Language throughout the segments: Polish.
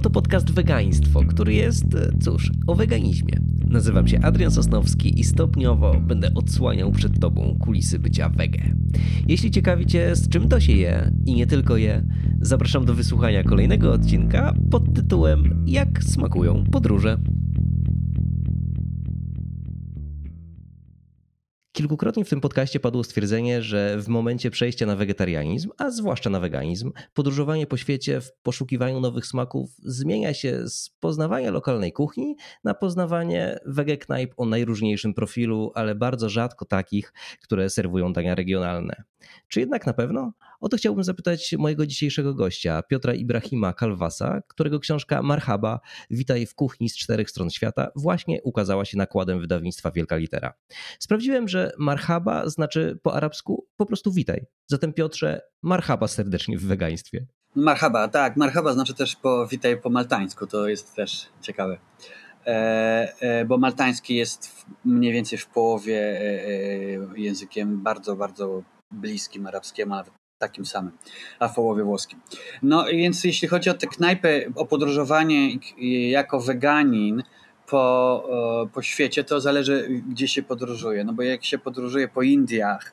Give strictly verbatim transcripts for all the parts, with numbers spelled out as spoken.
to podcast Wegaństwo, który jest, cóż, o weganizmie. Nazywam się Adrian Sosnowski i stopniowo będę odsłaniał przed Tobą kulisy bycia wege. Jeśli ciekawi Cię, z czym to się je i nie tylko je, zapraszam do wysłuchania kolejnego odcinka pod tytułem Jak smakują podróże. Kilkukrotnie w tym podcaście padło stwierdzenie, że w momencie przejścia na wegetarianizm, a zwłaszcza na weganizm, podróżowanie po świecie w poszukiwaniu nowych smaków zmienia się z poznawania lokalnej kuchni na poznawanie wege knajp o najróżniejszym profilu, ale bardzo rzadko takich, które serwują dania regionalne. Czy jednak na pewno? O to chciałbym zapytać mojego dzisiejszego gościa, Piotra Ibrahima Kalwasa, którego książka Marhaba, witaj w kuchni z czterech stron świata, właśnie ukazała się nakładem wydawnictwa Wielka Litera. Sprawdziłem, że marhaba znaczy po arabsku po prostu witaj. Zatem Piotrze, marhaba serdecznie w wegaństwie. Marhaba, tak, marhaba znaczy też po witaj po maltańsku, to jest też ciekawe. E, e, bo maltański jest w, mniej więcej w połowie e, e, językiem bardzo, bardzo bliskim arabskiemu, nawet takim samym, a w połowie włoskim. No więc jeśli chodzi o tę knajpę, o podróżowanie jako weganin po, po świecie, to zależy, gdzie się podróżuje. No bo jak się podróżuje po Indiach,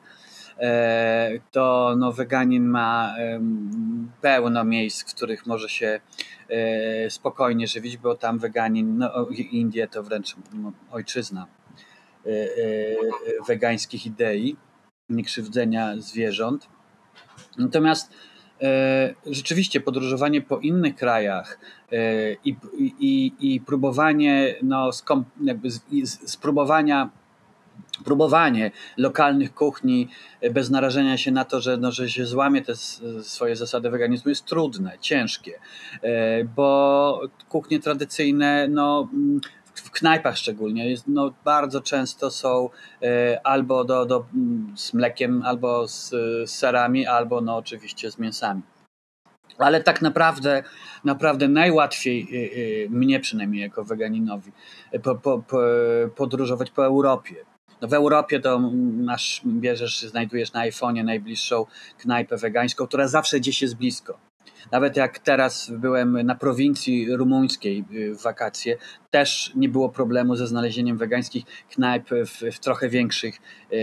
to no, weganin ma pełno miejsc, w których może się spokojnie żywić, bo tam weganin, no Indie to wręcz ojczyzna wegańskich idei, niekrzywdzenia zwierząt. Natomiast e, rzeczywiście podróżowanie po innych krajach e, i, i, i próbowanie no, skom, jakby z, z, spróbowania próbowanie lokalnych kuchni bez narażenia się na to, że, no, że się złamie te swoje zasady weganizmu jest trudne, ciężkie, e, bo kuchnie tradycyjne no, w knajpach szczególnie jest, no, bardzo często są e, albo do, do, z mlekiem, albo z, z serami, albo no, oczywiście z mięsami. Ale tak naprawdę, naprawdę najłatwiej e, mnie przynajmniej jako weganinowi po, po, po, podróżować po Europie. No w Europie to masz, bierzesz, znajdujesz na iPhone'ie najbliższą knajpę wegańską, która zawsze gdzieś jest blisko. Nawet jak teraz byłem na prowincji rumuńskiej w wakacje, też nie było problemu ze znalezieniem wegańskich knajp w, w trochę większych e,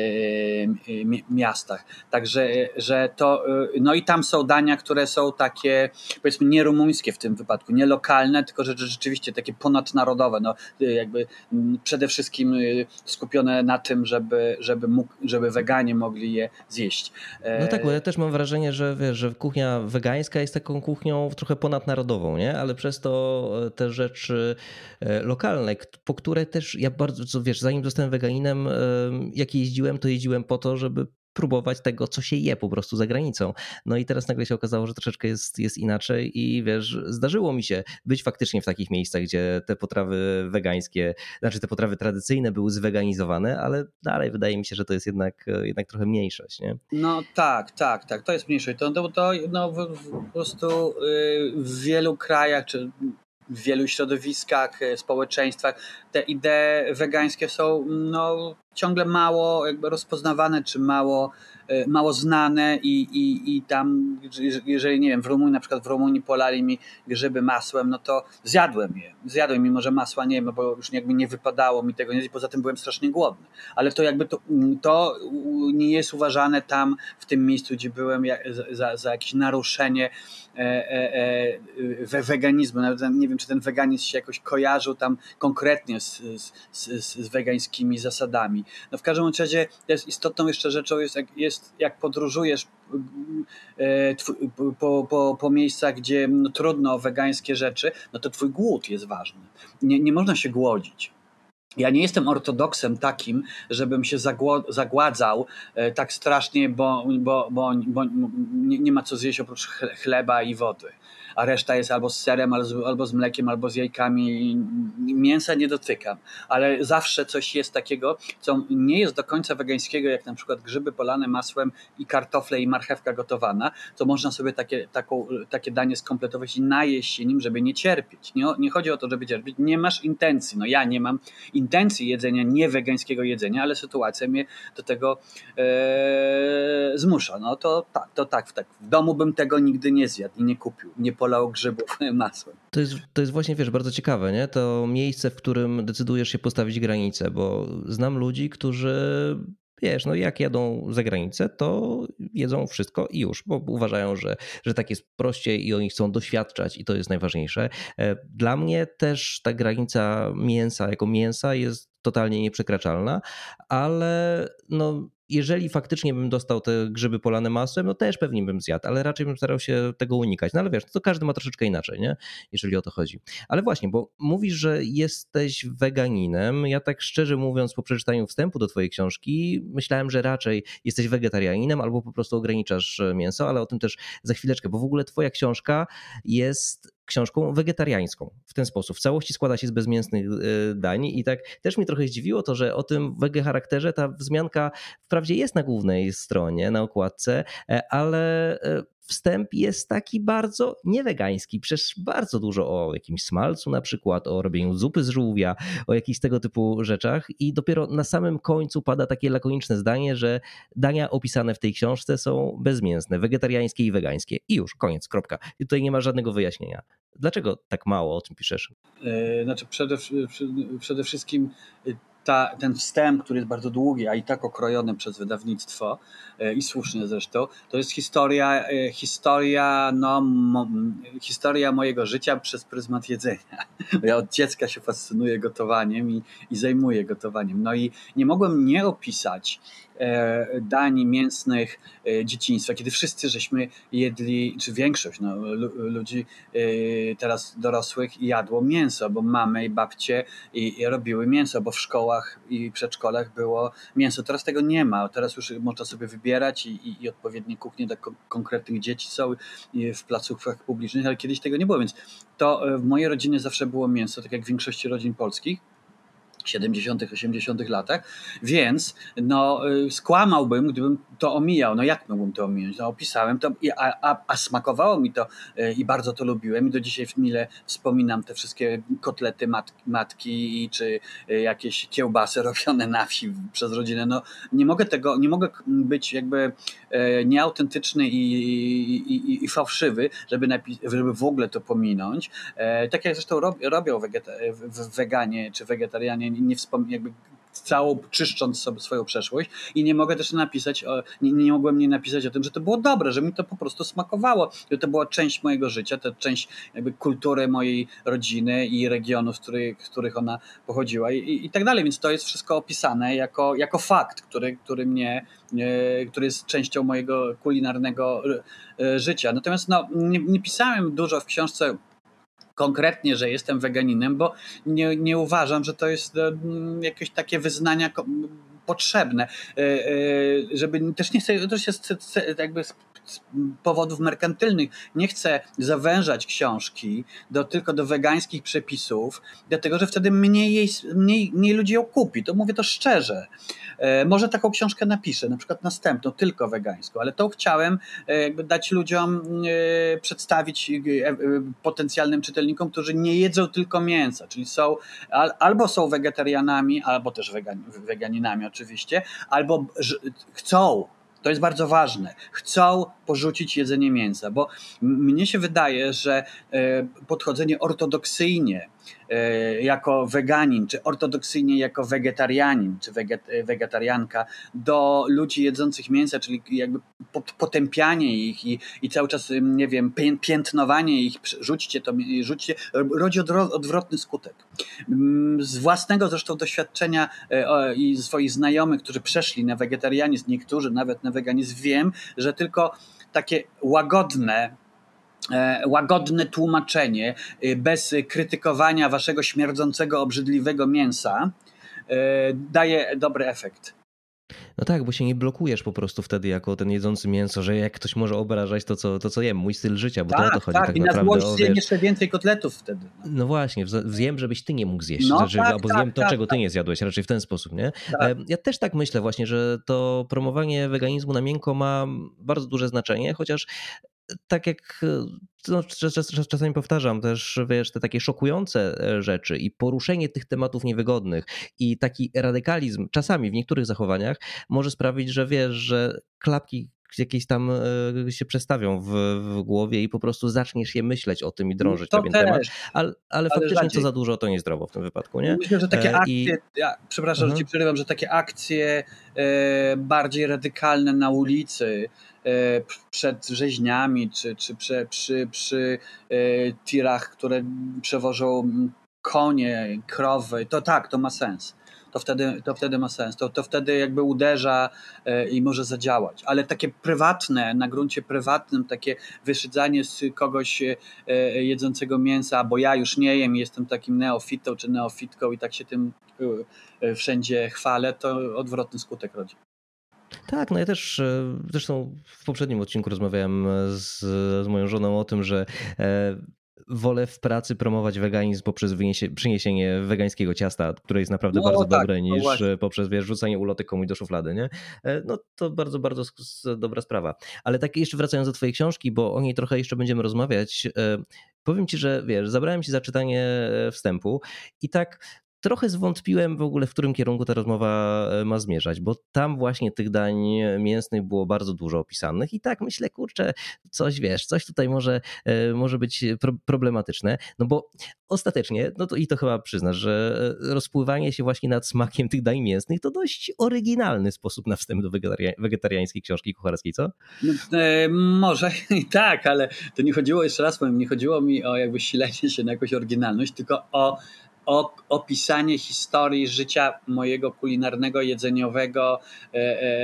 miastach. Także, że to, no i tam są dania, które są takie, powiedzmy, nie rumuńskie w tym wypadku, nie lokalne, tylko że rzeczywiście takie ponadnarodowe, no jakby przede wszystkim skupione na tym, żeby, żeby, mógł, żeby weganie mogli je zjeść. No tak, bo ja też mam wrażenie, że wiesz, że kuchnia wegańska jest taką kuchnią trochę ponadnarodową, nie? Ale przez to te rzeczy lokalne, po które też ja bardzo, co wiesz, zanim zostałem weganinem, jak jeździłem, to jeździłem po to, żeby próbować tego, co się je po prostu za granicą. No i teraz nagle się okazało, że troszeczkę jest, jest inaczej i wiesz, zdarzyło mi się być faktycznie w takich miejscach, gdzie te potrawy wegańskie, znaczy te potrawy tradycyjne były zweganizowane, ale dalej wydaje mi się, że to jest jednak, jednak trochę mniejszość, nie? No tak, tak, tak, to jest mniejszość. To, to, to no, w, w, po prostu w wielu krajach, czy w wielu środowiskach, społeczeństwach te idee wegańskie są no, ciągle mało jakby rozpoznawane, czy mało, mało znane i, i, i tam, jeżeli nie wiem, w Rumunii, na przykład w Rumunii polali mi grzyby masłem, no to zjadłem je. Zjadłem, mimo że masła nie ma, bo już jakby nie wypadało mi tego nie, poza tym byłem strasznie głodny. Ale to jakby to, to nie jest uważane tam, w tym miejscu, gdzie byłem, za, za jakieś naruszenie e, e, e, weganizmu. Nawet nie wiem, czy ten weganizm się jakoś kojarzył tam konkretnie z, z, z, z wegańskimi zasadami. No w każdym razie jest istotną jeszcze rzeczą jest, jak, jest, jak podróżujesz e, tw, po, po, po miejscach, gdzie no, trudno o wegańskie rzeczy, no to twój głód jest ważny. Nie, nie można się głodzić. Ja nie jestem ortodoksem takim, żebym się zagładzał e, tak strasznie, bo, bo, bo, bo nie, nie ma co zjeść oprócz chleba i wody. A reszta jest albo z serem, albo z, albo z mlekiem, albo z jajkami. Mięsa nie dotykam, ale zawsze coś jest takiego, co nie jest do końca wegańskiego, jak na przykład grzyby polane masłem i kartofle i marchewka gotowana, to można sobie takie, taką, takie danie skompletować i najeść się nim, żeby nie cierpieć. Nie, nie chodzi o to, żeby cierpieć. Nie masz intencji. No ja nie mam intencji intencji jedzenia nie wegańskiego jedzenia, ale sytuacja mnie do tego e, zmusza. No to tak, to tak, tak. W domu bym tego nigdy nie zjadł i nie kupił, nie polał grzybów masłem. To jest, to jest właśnie, wiesz, bardzo ciekawe, nie? To miejsce, w którym decydujesz się postawić granicę, bo znam ludzi, którzy, wiesz, no jak jadą za granicę, to jedzą wszystko i już, bo uważają, że, że tak jest prościej i oni chcą doświadczać i to jest najważniejsze. Dla mnie też ta granica mięsa jako mięsa jest totalnie nieprzekraczalna, ale no jeżeli faktycznie bym dostał te grzyby polane masłem, no też pewnie bym zjadł, ale raczej bym starał się tego unikać. No ale wiesz, to każdy ma troszeczkę inaczej, nie? Jeżeli o to chodzi. Ale właśnie, bo mówisz, że jesteś weganinem. Ja tak szczerze mówiąc po przeczytaniu wstępu do twojej książki myślałem, że raczej jesteś wegetarianinem albo po prostu ograniczasz mięso, ale o tym też za chwileczkę, bo w ogóle twoja książka jest książką wegetariańską. W ten sposób. W całości składa się z bezmięsnych dań i tak też mnie trochę zdziwiło to, że o tym wege charakterze ta wzmianka wprawdzie jest na głównej stronie, na okładce, ale wstęp jest taki bardzo niewegański. Przecież bardzo dużo o jakimś smalcu na przykład, o robieniu zupy z żółwia, o jakichś tego typu rzeczach i dopiero na samym końcu pada takie lakoniczne zdanie, że dania opisane w tej książce są bezmięsne, wegetariańskie i wegańskie. I już, koniec, kropka. I tutaj nie ma żadnego wyjaśnienia. Dlaczego tak mało o tym piszesz? Znaczy przede, przede wszystkim ta, ten wstęp, który jest bardzo długi, a i tak okrojony przez wydawnictwo i słusznie zresztą, to jest historia, historia, no, mo, historia mojego życia przez pryzmat jedzenia. Ja od dziecka się fascynuję gotowaniem i, i zajmuję gotowaniem. No i nie mogłem nie opisać dań mięsnych dzieciństwa, kiedy wszyscy żeśmy jedli, czy większość no, ludzi teraz dorosłych jadło mięso, bo mamy i babcie i, i robiły mięso, bo w szkołach i przedszkolach było mięso. Teraz tego nie ma. Teraz już można sobie wybierać i, i, i odpowiednie kuchnie dla ko- konkretnych dzieci są w placówkach publicznych, ale kiedyś tego nie było, więc to w mojej rodzinie zawsze było mięso, tak jak w większości rodzin polskich. siedemdziesiątych, osiemdziesiątych latach, więc no, skłamałbym, gdybym to omijał. No jak mógłbym to ominąć? No opisałem to, a, a, a smakowało mi to i bardzo to lubiłem i do dzisiaj mile wspominam te wszystkie kotlety matki, matki czy jakieś kiełbasy robione na wsi przez rodzinę. No nie mogę tego, nie mogę być jakby nieautentyczny i, i, i fałszywy, żeby, napi- żeby w ogóle to pominąć. Tak jak zresztą rob, robią wegeta- weganie czy wegetarianie, nie wspom- jakby całą czyszcząc sobie swoją przeszłość i nie mogę też napisać, o, nie, nie mogłem nie napisać o tym, że to było dobre, że mi to po prostu smakowało, że to była część mojego życia, to część jakby kultury mojej rodziny i regionu, z których, z których ona pochodziła i, i, i tak dalej, więc to jest wszystko opisane jako, jako fakt, który, który mnie, e, który jest częścią mojego kulinarnego e, życia. Natomiast no, nie, nie pisałem dużo w książce konkretnie, że jestem weganinem, bo nie, nie uważam, że to jest jakieś takie wyznania potrzebne, żeby też nie chcę, też jest jakby z powodów merkantylnych, nie chcę zawężać książki do, tylko do wegańskich przepisów, dlatego, że wtedy mniej, jej, mniej, mniej ludzi ją kupi, to mówię to szczerze. Może taką książkę napiszę, na przykład następną, tylko wegańską, ale to chciałem jakby dać ludziom, przedstawić potencjalnym czytelnikom, którzy nie jedzą tylko mięsa, czyli są albo są wegetarianami, albo też weganinami oczywiście, albo chcą, to jest bardzo ważne, chcą porzucić jedzenie mięsa, bo mnie się wydaje, że podchodzenie ortodoksyjnie jako weganin, czy ortodoksyjnie jako wegetarianin, czy wegetarianka do ludzi jedzących mięsa, czyli jakby potępianie ich i, i cały czas, nie wiem, piętnowanie ich, rzućcie to, rzućcie, rodzi odwrotny skutek. Z własnego zresztą doświadczenia i swoich znajomych, którzy przeszli na wegetarianizm, niektórzy nawet na weganizm, wiem, że tylko takie łagodne łagodne tłumaczenie, bez krytykowania waszego śmierdzącego, obrzydliwego mięsa daje dobry efekt. No tak, bo się nie blokujesz po prostu wtedy jako ten jedzący mięso, że jak ktoś może obrażać to, co, to, co jem, mój styl życia, bo tak, to o to chodzi tak, tak i naprawdę. na złość zjem jeszcze więcej kotletów wtedy. No, no właśnie, zjem, żebyś ty nie mógł zjeść, no, znaczy, tak, albo tak, zjem to, tak, czego tak. ty nie zjadłeś, raczej w ten sposób, nie? Tak. Ja też tak myślę właśnie, że to promowanie weganizmu na miękko ma bardzo duże znaczenie, chociaż tak jak no, czas, czas, czasami powtarzam też, wiesz, te takie szokujące rzeczy i poruszenie tych tematów niewygodnych i taki radykalizm czasami w niektórych zachowaniach może sprawić, że wiesz, że klapki jakieś tam się przestawią w, w głowie i po prostu zaczniesz je myśleć o tym i drążyć To pewien też, temat, ale, ale ale faktycznie co rzadziej. za dużo to niezdrowo w tym wypadku, nie? Myślę, że takie I akcje, ja, przepraszam, że ci przerywam, że takie akcje e, bardziej radykalne na ulicy, e, przed rzeźniami, czy, czy przy, przy, przy e, tirach, które przewożą konie, krowy, to tak, to ma sens. To wtedy, to wtedy ma sens. To, to wtedy jakby uderza e, i może zadziałać. Ale takie prywatne, na gruncie prywatnym, takie wyszydzanie z kogoś e, jedzącego mięsa, bo ja już nie jem, jestem takim neofitą czy neofitką i tak się tym e, wszędzie chwalę, to odwrotny skutek rodzi. Tak, no ja też zresztą w poprzednim odcinku rozmawiałem z, z moją żoną o tym, że e, wolę w pracy promować weganizm poprzez wyniesie, przyniesienie wegańskiego ciasta, które jest naprawdę No bardzo tak, dobre, no niż właśnie. poprzez wiesz, rzucanie ulotek komuś do szuflady, nie? No to bardzo, bardzo dobra sprawa. Ale tak jeszcze wracając do twojej książki, bo o niej trochę jeszcze będziemy rozmawiać, powiem ci, że wiesz, zabrałem się za czytanie wstępu i tak trochę zwątpiłem w ogóle, w którym kierunku ta rozmowa ma zmierzać, bo tam właśnie tych dań mięsnych było bardzo dużo opisanych i tak myślę, kurczę, coś wiesz, coś tutaj może, może być problematyczne, no bo ostatecznie, no to i to chyba przyznasz, że rozpływanie się właśnie nad smakiem tych dań mięsnych to dość oryginalny sposób na wstęp do wegetariań, wegetariańskiej książki kucharskiej, co? No, e, może i tak, ale to nie chodziło, jeszcze raz powiem, nie chodziło mi o jakby silenie się na jakąś oryginalność, tylko o O, opisanie historii życia mojego kulinarnego, jedzeniowego, e,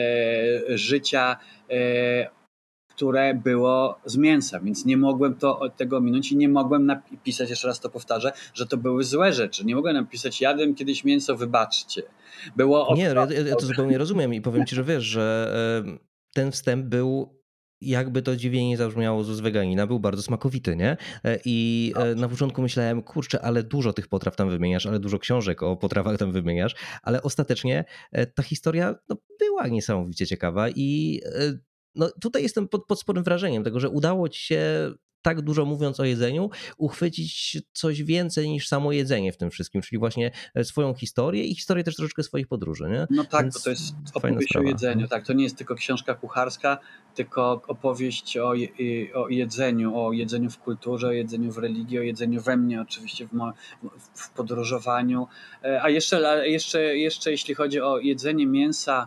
e, życia, e, które było z mięsa, więc nie mogłem to, tego ominąć i nie mogłem napisać, jeszcze raz to powtarzę, że to były złe rzeczy. Nie mogłem napisać, jadłem kiedyś mięso, wybaczcie. Było Nie, ja, ja to zupełnie rozumiem i powiem ci, że wiesz, że ten wstęp był, jakby to dziwnie nie zabrzmiało z weganina, był bardzo smakowity, nie? I na początku myślałem, kurczę, ale dużo tych potraw tam wymieniasz, ale dużo książek o potrawach tam wymieniasz, ale ostatecznie ta historia no, była niesamowicie ciekawa i no, tutaj jestem pod, pod sporym wrażeniem tego, że udało ci się, tak dużo mówiąc o jedzeniu, uchwycić coś więcej niż samo jedzenie w tym wszystkim, czyli właśnie swoją historię i historię też troszeczkę swoich podróży, nie? No tak, Więc bo to jest fajna opowieść o sprawa. jedzeniu, tak, to nie jest tylko książka kucharska, tylko opowieść o, je, o jedzeniu, o jedzeniu w kulturze, o jedzeniu w religii, o jedzeniu we mnie, oczywiście w, mo, w podróżowaniu. A jeszcze, jeszcze, jeszcze jeśli chodzi o jedzenie mięsa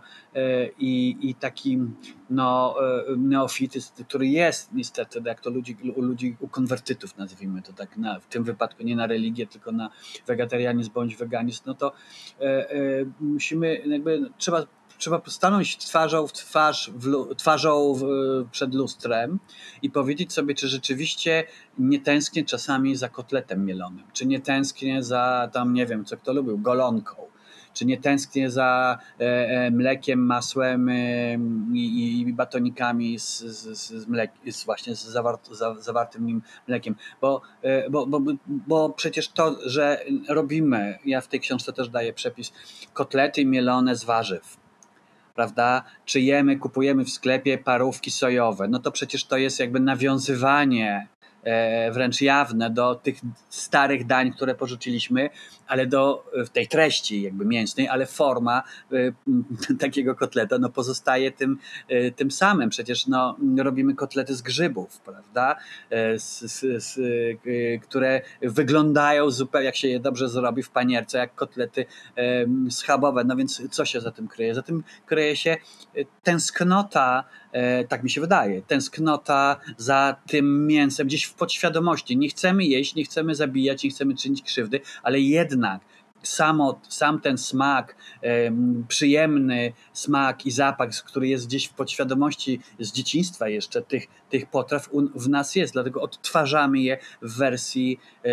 i, i taki no, neofityzm, który jest niestety, jak to ludzi, u ludzi, u konwertytów nazwijmy to tak, na, w tym wypadku nie na religię, tylko na wegetarianizm bądź weganizm, no to e, e, musimy jakby, trzeba Trzeba stanąć twarzą w twarz, w, twarzą w, przed lustrem i powiedzieć sobie, czy rzeczywiście nie tęsknię czasami za kotletem mielonym, czy nie tęsknię za tam, nie wiem, co kto lubił, golonką, czy nie tęsknię za e, mlekiem, masłem e, i, i batonikami z, z, z, mlek, z właśnie z zawart, za, zawartym nim mlekiem, bo, e, bo, bo, bo przecież to, że robimy, ja w tej książce też daję przepis, kotlety mielone z warzyw, prawda? Czy jemy, kupujemy w sklepie parówki sojowe, no to przecież to jest jakby nawiązywanie e, wręcz jawne do tych starych dań, które porzuciliśmy, ale do w tej treści jakby mięsnej, ale forma e, takiego kotleta no pozostaje tym, e, tym samym. Przecież no, robimy kotlety z grzybów, prawda? E, z, z, z, e, które wyglądają zupełnie, jak się je dobrze zrobi w panierce, jak kotlety e, schabowe. No więc co się za tym kryje? Za tym kryje się tęsknota, e, tak mi się wydaje, tęsknota za tym mięsem gdzieś w podświadomości. Nie chcemy jeść, nie chcemy zabijać, nie chcemy czynić krzywdy, ale jednak samo, sam ten smak, e, przyjemny smak i zapach, który jest gdzieś w podświadomości z dzieciństwa jeszcze tych, tych potraw w nas jest, dlatego odtwarzamy je w wersji e,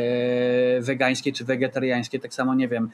e, wegańskiej czy wegetariańskiej. Tak samo, nie wiem,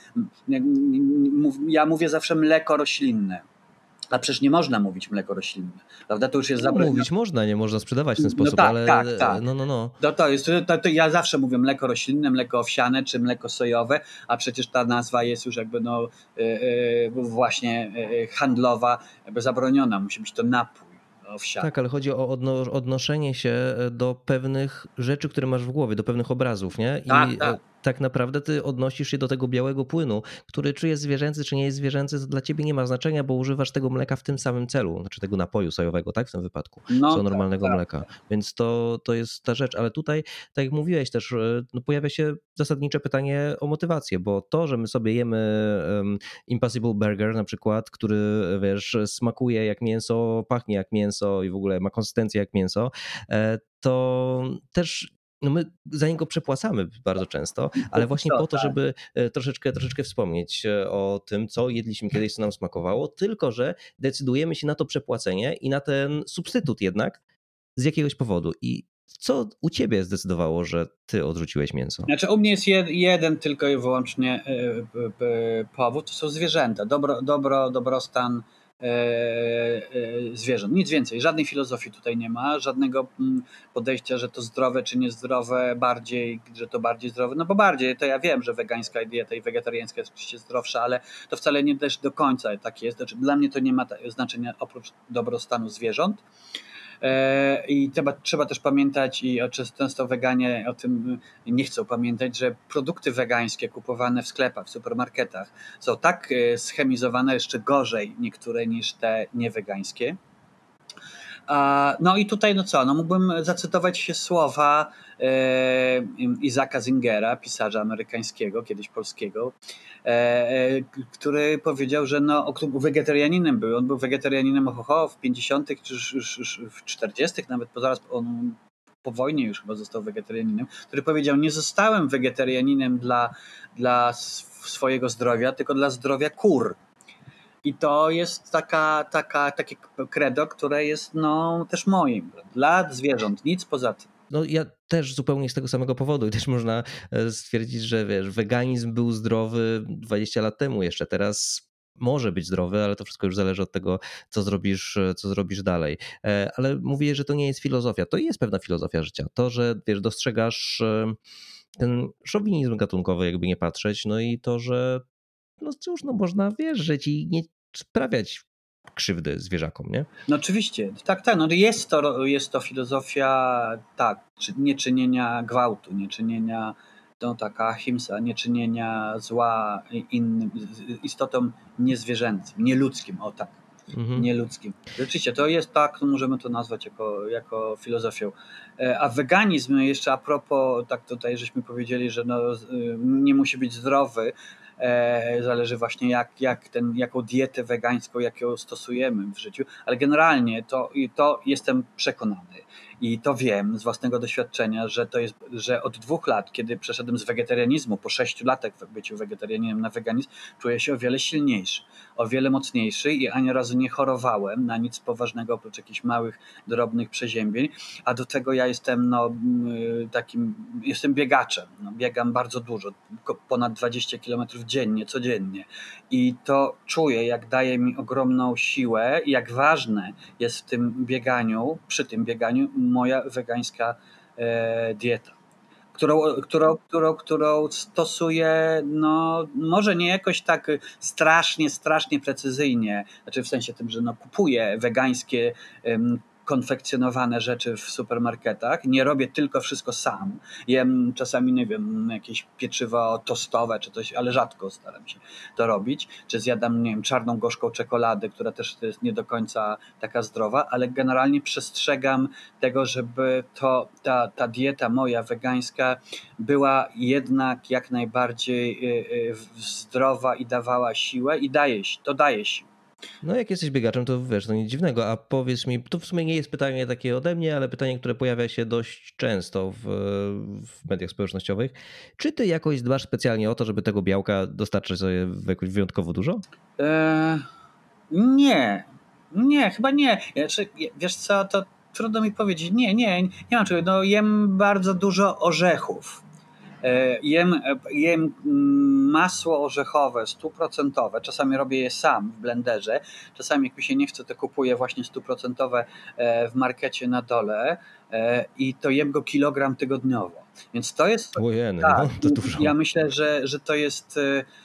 ja mówię zawsze mleko roślinne. A przecież nie można mówić mleko roślinne, prawda? To już jest no, zabronione. Mówić można, nie można sprzedawać w ten sposób, no tak, ale tak, tak. no, no, no. No to jest, to, to ja zawsze mówię mleko roślinne, mleko owsiane czy mleko sojowe, a przecież ta nazwa jest już jakby no yy, właśnie yy, handlowa, jakby zabroniona, musi być to napój. owsiane. Tak, ale chodzi o odno- odnoszenie się do pewnych rzeczy, które masz w głowie, do pewnych obrazów, nie? Tak, I tak. e, tak naprawdę ty odnosisz się do tego białego płynu, który czy jest zwierzęcy, czy nie jest zwierzęcy, to dla ciebie nie ma znaczenia, bo używasz tego mleka w tym samym celu, znaczy tego napoju sojowego, tak, w tym wypadku, No co tak, normalnego tak. mleka. Więc to, to jest ta rzecz, ale tutaj, tak jak mówiłeś też, e, no pojawia się zasadnicze pytanie o motywację, bo to, że my sobie jemy um, Impossible Burger na przykład, który, wiesz, smakuje jak mięso, pachnie jak mięso i w ogóle ma konsystencję jak mięso, e, to też no my za niego przepłacamy bardzo często, ale Póki właśnie co, po to, tak. żeby e, troszeczkę, troszeczkę wspomnieć e, o tym, co jedliśmy kiedyś, co nam smakowało, tylko że decydujemy się na to przepłacenie i na ten substytut jednak z jakiegoś powodu. I co u ciebie zdecydowało, że ty odrzuciłeś mięso? Znaczy u mnie jest jed, jeden tylko i wyłącznie e, e, e, powód, to są zwierzęta, dobro, dobro, dobrostan e, e, zwierząt, nic więcej, żadnej filozofii tutaj nie ma, żadnego mm, podejścia, że to zdrowe czy niezdrowe, bardziej, że to bardziej zdrowe, no bo bardziej, to ja wiem, że wegańska dieta i wegetariańska jest oczywiście zdrowsza, ale to wcale nie też do końca tak jest, znaczy dla mnie to nie ma znaczenia oprócz dobrostanu zwierząt. I trzeba, trzeba też pamiętać, i często weganie o tym nie chcą pamiętać, że produkty wegańskie kupowane w sklepach, w supermarketach są tak schemizowane, jeszcze gorzej niektóre niż te niewegańskie. No i tutaj no co, no mógłbym zacytować się słowa e, Isaaca Zingera, pisarza amerykańskiego, kiedyś polskiego, e, który powiedział, że no, wegetarianinem był. On był wegetarianinem ohoho, w pięćdziesiątych czy już, już, już w czterdziestych nawet, po zaraz on po wojnie już chyba został wegetarianinem, który powiedział, nie zostałem wegetarianinem dla, dla swojego zdrowia, tylko dla zdrowia kur. I to jest taka, taka, takie credo, które jest no, też moim. Dla zwierząt, nic poza tym. No ja też zupełnie z tego samego powodu i też można stwierdzić, że wiesz, weganizm był zdrowy dwadzieścia lat temu jeszcze, teraz może być zdrowy, ale to wszystko już zależy od tego, co zrobisz, co zrobisz dalej. Ale mówię, że to nie jest filozofia, to jest pewna filozofia życia. To, że wiesz, dostrzegasz ten szowinizm gatunkowy, jakby nie patrzeć, no i to, że no cóż, no można, wiesz, żyć i nie sprawiać krzywdy zwierzakom, nie? No oczywiście, tak, tak, no jest to, jest to filozofia, tak, nie czynienia gwałtu, nie czynienia, to taka ahimsa, nie czynienia zła innym istotom niezwierzęcym, nieludzkim, o tak, mhm. nieludzkim. Rzeczywiście, to jest tak, możemy to nazwać jako, jako filozofią. A weganizm, jeszcze a propos, tak tutaj żeśmy powiedzieli, że no, nie musi być zdrowy, zależy właśnie jak, jak ten, jaką dietę wegańską, jak ją stosujemy w życiu, ale generalnie to, to jestem przekonany i to wiem z własnego doświadczenia, że to jest, że od dwóch lat, kiedy przeszedłem z wegetarianizmu, po sześciu latach w byciu wegetarianinem na weganizm, czuję się o wiele silniejszy, o wiele mocniejszy i ani razu nie chorowałem na nic poważnego oprócz jakichś małych, drobnych przeziębień, a do tego ja jestem no, takim, jestem biegaczem, no, biegam bardzo dużo, ponad dwadzieścia kilometrów dziennie, codziennie i to czuję, jak daje mi ogromną siłę i jak ważne jest w tym bieganiu, przy tym bieganiu moja wegańska e, dieta, którą, którą, którą, którą stosuję, no może nie jakoś tak strasznie, strasznie precyzyjnie, znaczy w sensie tym, że no, kupuję wegańskie um, konfekcjonowane rzeczy w supermarketach. Nie robię tylko wszystko sam. Jem czasami, nie wiem, jakieś pieczywo tostowe czy coś, ale rzadko staram się to robić. Czy zjadam, nie wiem, czarną gorzką czekoladę, która też jest nie do końca taka zdrowa, ale generalnie przestrzegam tego, żeby to, ta, ta dieta moja wegańska była jednak jak najbardziej zdrowa i dawała siłę i daje, to daje siłę. No jak jesteś biegaczem, to wiesz, to nic dziwnego, a powiedz mi, to w sumie nie jest pytanie takie ode mnie, ale pytanie, które pojawia się dość często w, w mediach społecznościowych. Czy ty jakoś dbasz specjalnie o to, żeby tego białka dostarczyć sobie jakoś wyjątkowo dużo? Eee, nie, nie, chyba nie. Znaczy, wiesz co, to trudno mi powiedzieć. Nie, nie, nie mam czego. No, jem bardzo dużo orzechów. Jem, jem masło orzechowe stuprocentowe, czasami robię je sam w blenderze, czasami jak mi się nie chce, to kupuję właśnie stuprocentowe w markecie na dole i to jem go kilogram tygodniowo. Więc to jest... Ojej, tak, no to dużo. Ja myślę, że, że to jest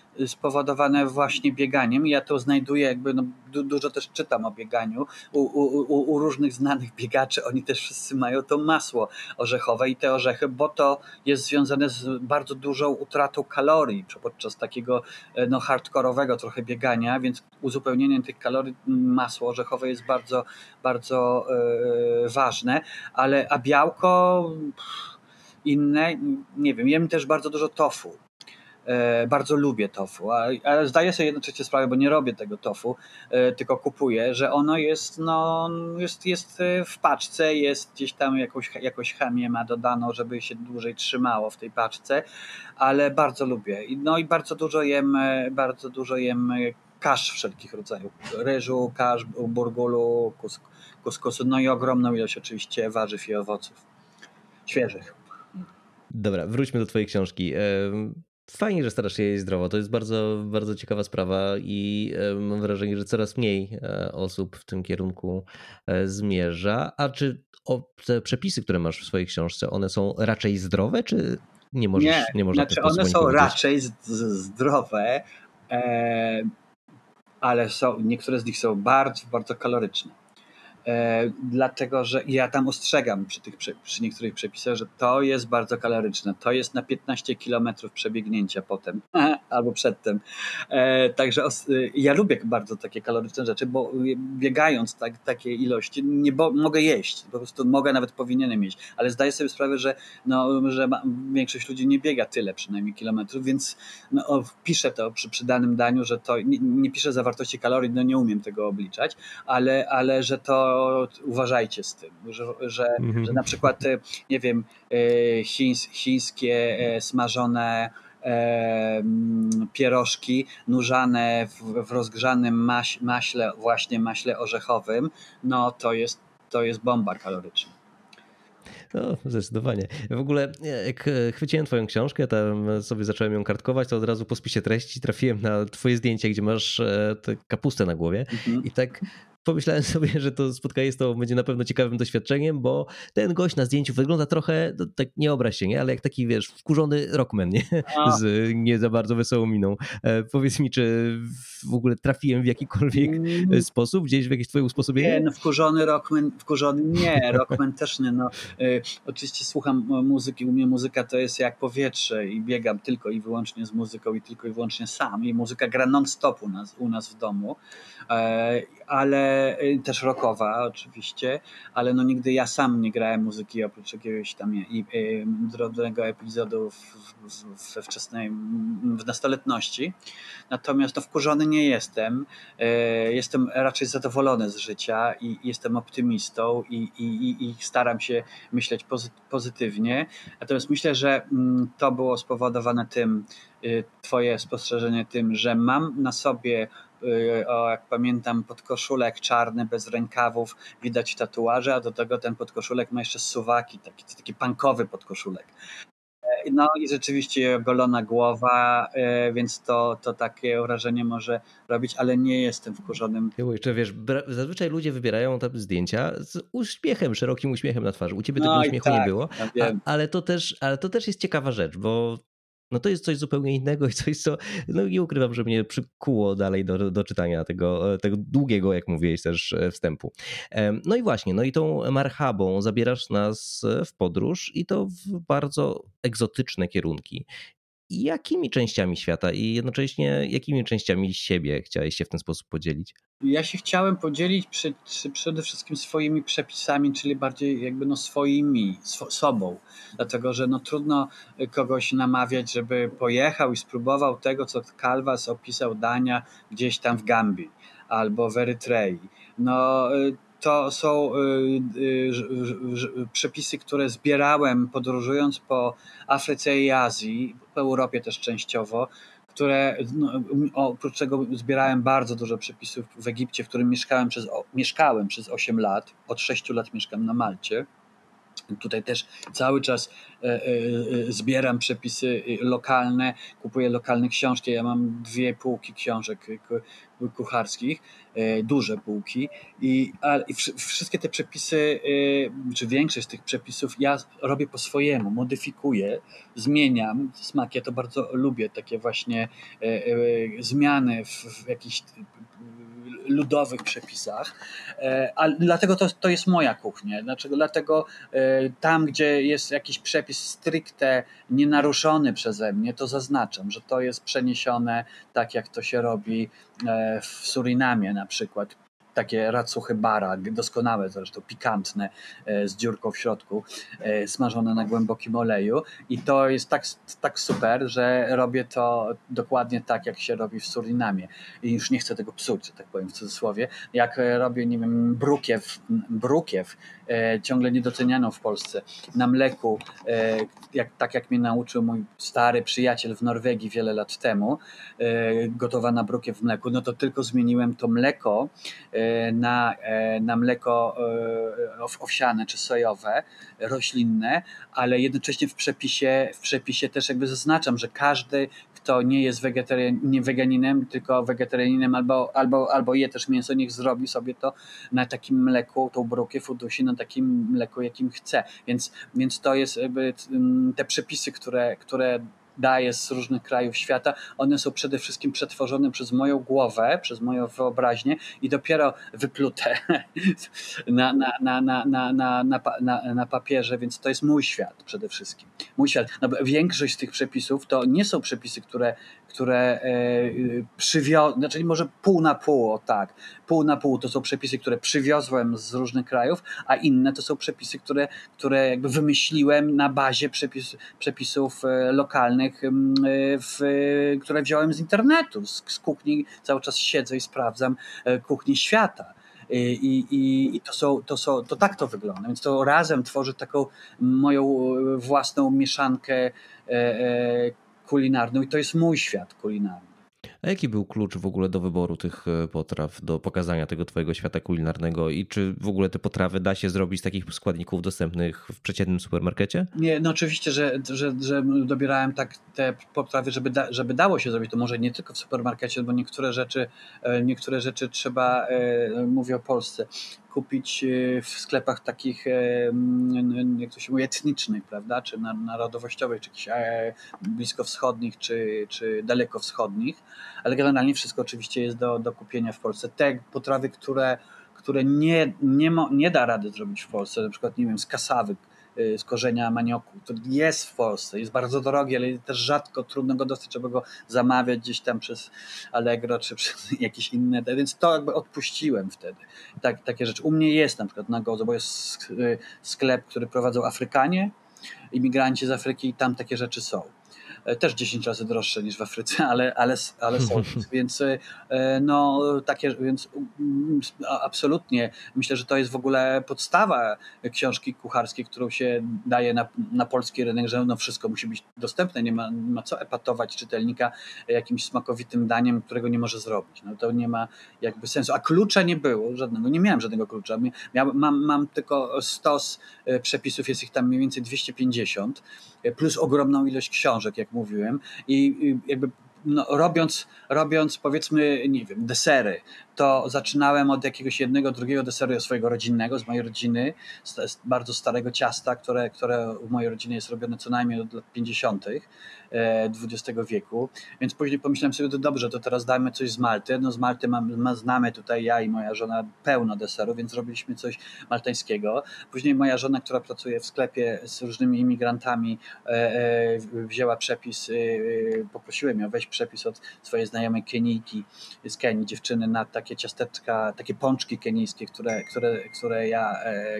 spowodowane właśnie bieganiem. Ja to znajduję jakby, no, du, dużo też czytam o bieganiu. U, u, u, u różnych znanych biegaczy oni też wszyscy mają to masło orzechowe i te orzechy, bo to jest związane z bardzo dużą utratą kalorii podczas takiego no, hardkorowego trochę biegania, więc uzupełnienie tych kalorii masło orzechowe jest bardzo, bardzo yy, ważne, ale a białko inne, nie wiem, jem też bardzo dużo tofu. E, bardzo lubię tofu, a, ale zdaję sobie jednocześnie sprawę, bo nie robię tego tofu, e, tylko kupuję, że ono jest, no, jest, jest w paczce, jest gdzieś tam jakąś, jakąś chemię ma dodano, żeby się dłużej trzymało w tej paczce, ale bardzo lubię. No i bardzo dużo jem, bardzo dużo jem kasz wszelkich rodzajów. Ryżu, kasz, burgulu, kus, kuskusu, no i ogromną ilość oczywiście warzyw i owoców świeżych. Dobra, wróćmy do twojej książki. Fajnie, że starasz się jeść zdrowo. To jest bardzo, bardzo ciekawa sprawa i mam wrażenie, że coraz mniej osób w tym kierunku zmierza. A czy te przepisy, które masz w swojej książce, one są raczej zdrowe, czy nie możesz, nie, nie można znaczy w ten sposób one są powiedzieć? raczej z, z, zdrowe, e, ale są, niektóre z nich są bardzo, bardzo kaloryczne. E, dlatego, że ja tam ostrzegam przy, tych, przy, przy niektórych przepisach, że to jest bardzo kaloryczne. To jest na piętnaście kilometrów przebiegnięcia potem albo przedtem. E, także os, ja lubię bardzo takie kaloryczne rzeczy, bo biegając tak, takie ilości nie bo, mogę jeść. Po prostu mogę, nawet powinienem jeść. Ale zdaję sobie sprawę, że, no, że ma, większość ludzi nie biega tyle przynajmniej kilometrów, więc no, o, piszę to przy, przy danym daniu, że to nie, nie piszę zawartości kalorii, no nie umiem tego obliczać, ale, ale że to uważajcie z tym, że, że, Mhm. że na przykład, nie wiem, chińs, chińskie smażone pierożki nurzane w, w rozgrzanym maś, maśle, właśnie maśle orzechowym, no to jest, to jest bomba kaloryczna. No, zdecydowanie. W ogóle jak chwyciłem twoją książkę, tam sobie zacząłem ją kartkować, to od razu po spisie treści trafiłem na twoje zdjęcie, gdzie masz tę kapustę na głowie mhm. i tak pomyślałem sobie, że to spotkanie z tobą będzie na pewno ciekawym doświadczeniem, bo ten gość na zdjęciu wygląda trochę, no, tak nie obraź się, nie? Ale jak taki, wiesz, wkurzony rockman, nie? Z nie za bardzo wesołą miną. E, powiedz mi, czy w ogóle trafiłem w jakikolwiek mm. sposób, gdzieś w jakieś twoje usposobienie? Nie, no wkurzony rockman, wkurzony nie, rockman też nie. No, y, oczywiście słucham muzyki, u mnie muzyka to jest jak powietrze i biegam tylko i wyłącznie z muzyką i tylko i wyłącznie sam i muzyka gra non-stop u nas, u nas w domu. E, ale też rockowa oczywiście, ale no nigdy ja sam nie grałem muzyki oprócz jakiegoś tam i, i, drobnego epizodu w, w, we wczesnej w nastoletności. Natomiast no, wkurzony nie jestem. E, jestem raczej zadowolony z życia i jestem optymistą i, i, i staram się myśleć pozytywnie. Natomiast myślę, że to było spowodowane tym, twoje spostrzeżenie tym, że mam na sobie, o, jak pamiętam, podkoszulek czarny bez rękawów, widać tatuaże, a do tego ten podkoszulek ma jeszcze suwaki, taki, taki punkowy podkoszulek. No i rzeczywiście golona głowa, więc to, to takie wrażenie może robić, ale nie jestem wkurzonym. Czy wiesz, zazwyczaj ludzie wybierają tam zdjęcia z uśmiechem, szerokim uśmiechem na twarzy. U ciebie tego no uśmiechu tak, nie było, no a, ale, to też, ale to też jest ciekawa rzecz, bo no to jest coś zupełnie innego i coś, co no nie ukrywam, że mnie przykuło dalej do, do czytania tego, tego długiego, jak mówiłeś też, wstępu. No i właśnie, no i tą marhabą zabierasz nas w podróż i to w bardzo egzotyczne kierunki. Jakimi częściami świata i jednocześnie jakimi częściami siebie chciałeś się w ten sposób podzielić? Ja się chciałem podzielić przy, przy, przede wszystkim swoimi przepisami, czyli bardziej jakby no swoimi, sw- sobą. Dlatego, że no trudno kogoś namawiać, żeby pojechał i spróbował tego, co Calvas opisał dania gdzieś tam w Gambii albo w Erytrei. No to są y, y, y, przepisy, które zbierałem podróżując po Afryce i Azji, po Europie też częściowo, które no, oprócz czego zbierałem bardzo dużo przepisów w Egipcie, w którym mieszkałem przez, mieszkałem przez osiem lat, od sześciu lat mieszkam na Malcie. Tutaj też cały czas e, e, zbieram przepisy lokalne, kupuję lokalne książki. Ja mam dwie półki książek kucharskich, e, duże półki i, a, i wszystkie te przepisy, e, czy większość z tych przepisów ja robię po swojemu, modyfikuję, zmieniam smak. Ja to bardzo lubię, takie właśnie e, e, zmiany w, w jakichś ludowych przepisach, a dlatego to, to jest moja kuchnia. Dlaczego? Dlatego tam, gdzie jest jakiś przepis stricte nienaruszony przeze mnie, to zaznaczam, że to jest przeniesione tak, jak to się robi w Surinamie na przykład. Takie racuchy bara, doskonałe zresztą, pikantne, z dziurką w środku, smażone na głębokim oleju i to jest tak, tak super, że robię to dokładnie tak, jak się robi w Surinamie i już nie chcę tego psuć, że tak powiem w cudzysłowie. Jak robię, nie wiem, brukiew, brukiew ciągle niedocenianą w Polsce, na mleku, jak, tak jak mnie nauczył mój stary przyjaciel w Norwegii wiele lat temu, gotowana brukiew w mleku, no to tylko zmieniłem to mleko na, na mleko owsiane czy sojowe, roślinne, ale jednocześnie w przepisie, w przepisie też jakby zaznaczam, że każdy, kto nie jest wegetarian, nie weganinem, tylko wegetarianinem albo, albo, albo je też mięso, niech zrobi sobie to na takim mleku, tą brukiew udusi na takim mleku, jakim chce. Więc, więc to jest jakby te przepisy, które, które daję z różnych krajów świata, one są przede wszystkim przetworzone przez moją głowę, przez moją wyobraźnię i dopiero wyplute na, na, na, na, na, na, na, na papierze, więc to jest mój świat przede wszystkim. Mój świat. No, większość z tych przepisów to nie są przepisy, które, które e, przywiozłem, znaczy może pół na pół, o tak, pół na pół to są przepisy, które przywiozłem z różnych krajów, a inne to są przepisy, które, które jakby wymyśliłem na bazie przepis, przepisów lokalnych, w, które wziąłem z internetu, z, z kuchni, cały czas siedzę i sprawdzam kuchni świata. I, i, i to, są, to, są, to tak to wygląda. Więc to razem tworzy taką moją własną mieszankę kulinarną i to jest mój świat kulinarny. A jaki był klucz w ogóle do wyboru tych potraw, do pokazania tego twojego świata kulinarnego i czy w ogóle te potrawy da się zrobić z takich składników dostępnych w przeciętnym supermarkecie? Nie, no oczywiście, że, że, że dobierałem tak te potrawy, żeby, da, żeby dało się zrobić, to może nie tylko w supermarkecie, bo niektóre rzeczy, niektóre rzeczy trzeba, mówię o Polsce, kupić w sklepach takich, jak to się mówi, etnicznych, prawda, czy narodowościowych, czy jakichś bliskowschodnich, czy, czy dalekowschodnich, ale generalnie wszystko oczywiście jest do, do kupienia w Polsce. Te potrawy, które, które nie, nie, mo, nie da rady zrobić w Polsce, na przykład, nie wiem, z kasawy, z korzenia manioku. To jest w Polsce, jest bardzo drogi, ale też rzadko, trudno go dostać, trzeba go zamawiać gdzieś tam przez Allegro czy przez jakieś inne, więc to jakby odpuściłem wtedy. Tak, takie rzeczy. U mnie jest na przykład na Gozo, bo jest sklep, który prowadzą Afrykanie, imigranci z Afryki i tam takie rzeczy są. Też dziesięć razy droższe niż w Afryce, ale, ale, ale są. Więc no takie, więc absolutnie myślę, że to jest w ogóle podstawa książki kucharskiej, którą się daje na, na polski rynek, że no wszystko musi być dostępne, nie ma, nie ma co epatować czytelnika jakimś smakowitym daniem, którego nie może zrobić. No to nie ma jakby sensu. A klucza nie było żadnego, nie miałem żadnego klucza. Miał, mam, mam tylko stos przepisów, jest ich tam mniej więcej dwieście pięćdziesiąt, plus ogromną ilość książek, jak mówiłem, i jakby no, robiąc, robiąc powiedzmy, nie wiem, desery, to zaczynałem od jakiegoś jednego, drugiego deseru swojego rodzinnego, z mojej rodziny, z bardzo starego ciasta, które, które w mojej rodzinie jest robione co najmniej od lat pięćdziesiątych dwudziestego wieku, więc później pomyślałem sobie, to dobrze, to teraz dajmy coś z Malty, no z Malty mam, znamy tutaj ja i moja żona pełno deseru, więc zrobiliśmy coś maltańskiego. Później moja żona, która pracuje w sklepie z różnymi imigrantami, wzięła przepis, poprosiłem ją, weź przepis od swojej znajomej Kenijki z Kenii, dziewczyny, na takie ciasteczka, takie pączki kenijskie, które, które, które ja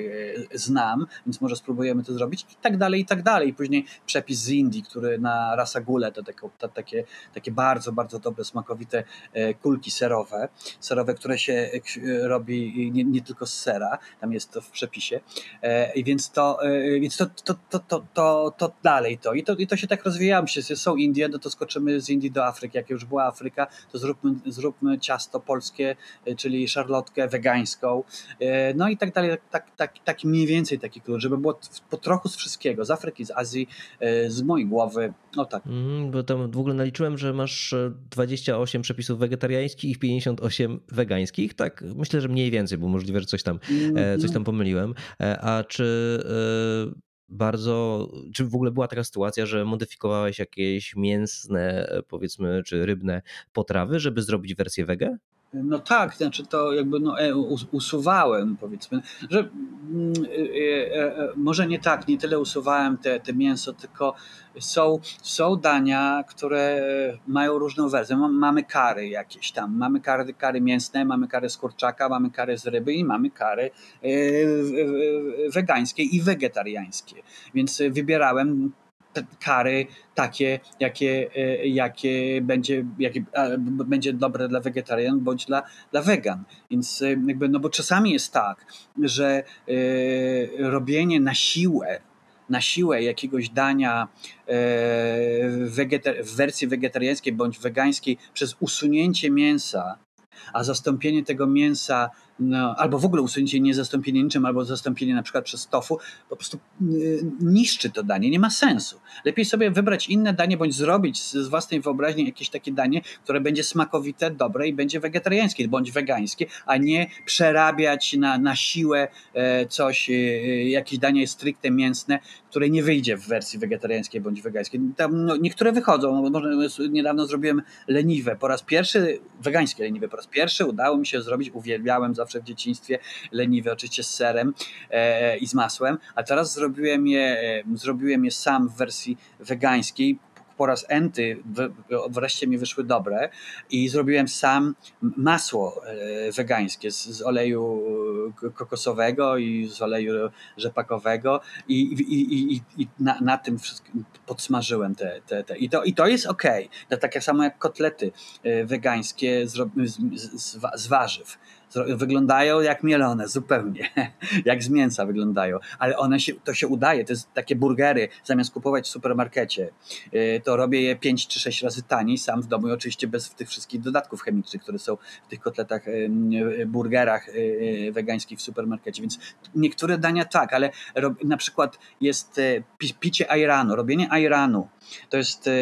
znam, więc może spróbujemy to zrobić i tak dalej, i tak dalej. I później przepis z Indii, który na rasagule to, to, to takie, takie bardzo, bardzo dobre, smakowite kulki serowe, serowe, które się robi nie, nie tylko z sera, tam jest to w przepisie. I więc to, więc to, to, to, to, to, to dalej to. I, to. I to się tak rozwijało. Są Indie, no to skoczymy z Indii do do Afryki, jak już była Afryka, to zróbmy, zróbmy ciasto polskie, czyli szarlotkę wegańską, no i tak dalej, tak, tak, taki mniej więcej taki klucz, żeby było po trochu z wszystkiego, z Afryki, z Azji, z mojej głowy, no tak. Mm, bo tam w ogóle naliczyłem, że masz dwadzieścia osiem przepisów wegetariańskich i pięćdziesiąt osiem wegańskich, tak myślę, że mniej więcej, bo możliwe, że coś tam, coś tam pomyliłem. A czy bardzo, czy w ogóle była taka sytuacja, że modyfikowałeś jakieś mięsne, powiedzmy, czy rybne potrawy, żeby zrobić wersję wege? No tak, znaczy to jakby no, usuwałem, powiedzmy, że e, e, może nie tak, nie tyle usuwałem te, te mięso, tylko są, są dania, które mają różną wersję. Mamy kary jakieś tam, mamy kary, kary mięsne, mamy kary z kurczaka, mamy kary z ryby i mamy kary wegańskie i wegetariańskie. Więc wybierałem kary takie, jakie, jakie, będzie, jakie będzie dobre dla wegetarian bądź dla, dla wegan. Więc jakby, no bo czasami jest tak, że y, robienie na siłę na siłę jakiegoś dania y, w wersji wegetariańskiej bądź wegańskiej przez usunięcie mięsa, a zastąpienie tego mięsa, no, albo w ogóle usunięcie nie zastąpienie niczym, albo zastąpienie na przykład przez tofu, po prostu niszczy to danie, nie ma sensu. Lepiej sobie wybrać inne danie, bądź zrobić z własnej wyobraźni jakieś takie danie, które będzie smakowite, dobre i będzie wegetariańskie, bądź wegańskie, a nie przerabiać na, na siłę coś, jakieś danie stricte mięsne, które nie wyjdzie w wersji wegetariańskiej bądź wegańskiej. Tam, no, niektóre wychodzą, no, może niedawno zrobiłem leniwe, po raz pierwszy, wegańskie leniwe, po raz pierwszy udało mi się zrobić, uwielbiałem zawsze w dzieciństwie leniwe, oczywiście z serem e, i z masłem, a teraz zrobiłem je, e, zrobiłem je sam w wersji wegańskiej. Po raz enty wreszcie mi wyszły dobre i zrobiłem sam masło wegańskie z, z oleju kokosowego i z oleju rzepakowego i, i, i, i na, na tym wszystkim podsmażyłem te, te, te. I, to, i to jest okej. To tak samo jak kotlety wegańskie z, z, z warzyw. Wyglądają jak mielone, zupełnie. Jak z mięsa wyglądają. Ale one się, to się udaje. To jest takie burgery. Zamiast kupować w supermarkecie, to robię je pięć czy sześć razy taniej sam w domu i oczywiście bez tych wszystkich dodatków chemicznych, które są w tych kotletach, burgerach wegańskich w supermarkecie. Więc niektóre dania tak, ale na przykład jest picie ajranu. Robienie ajranu to jest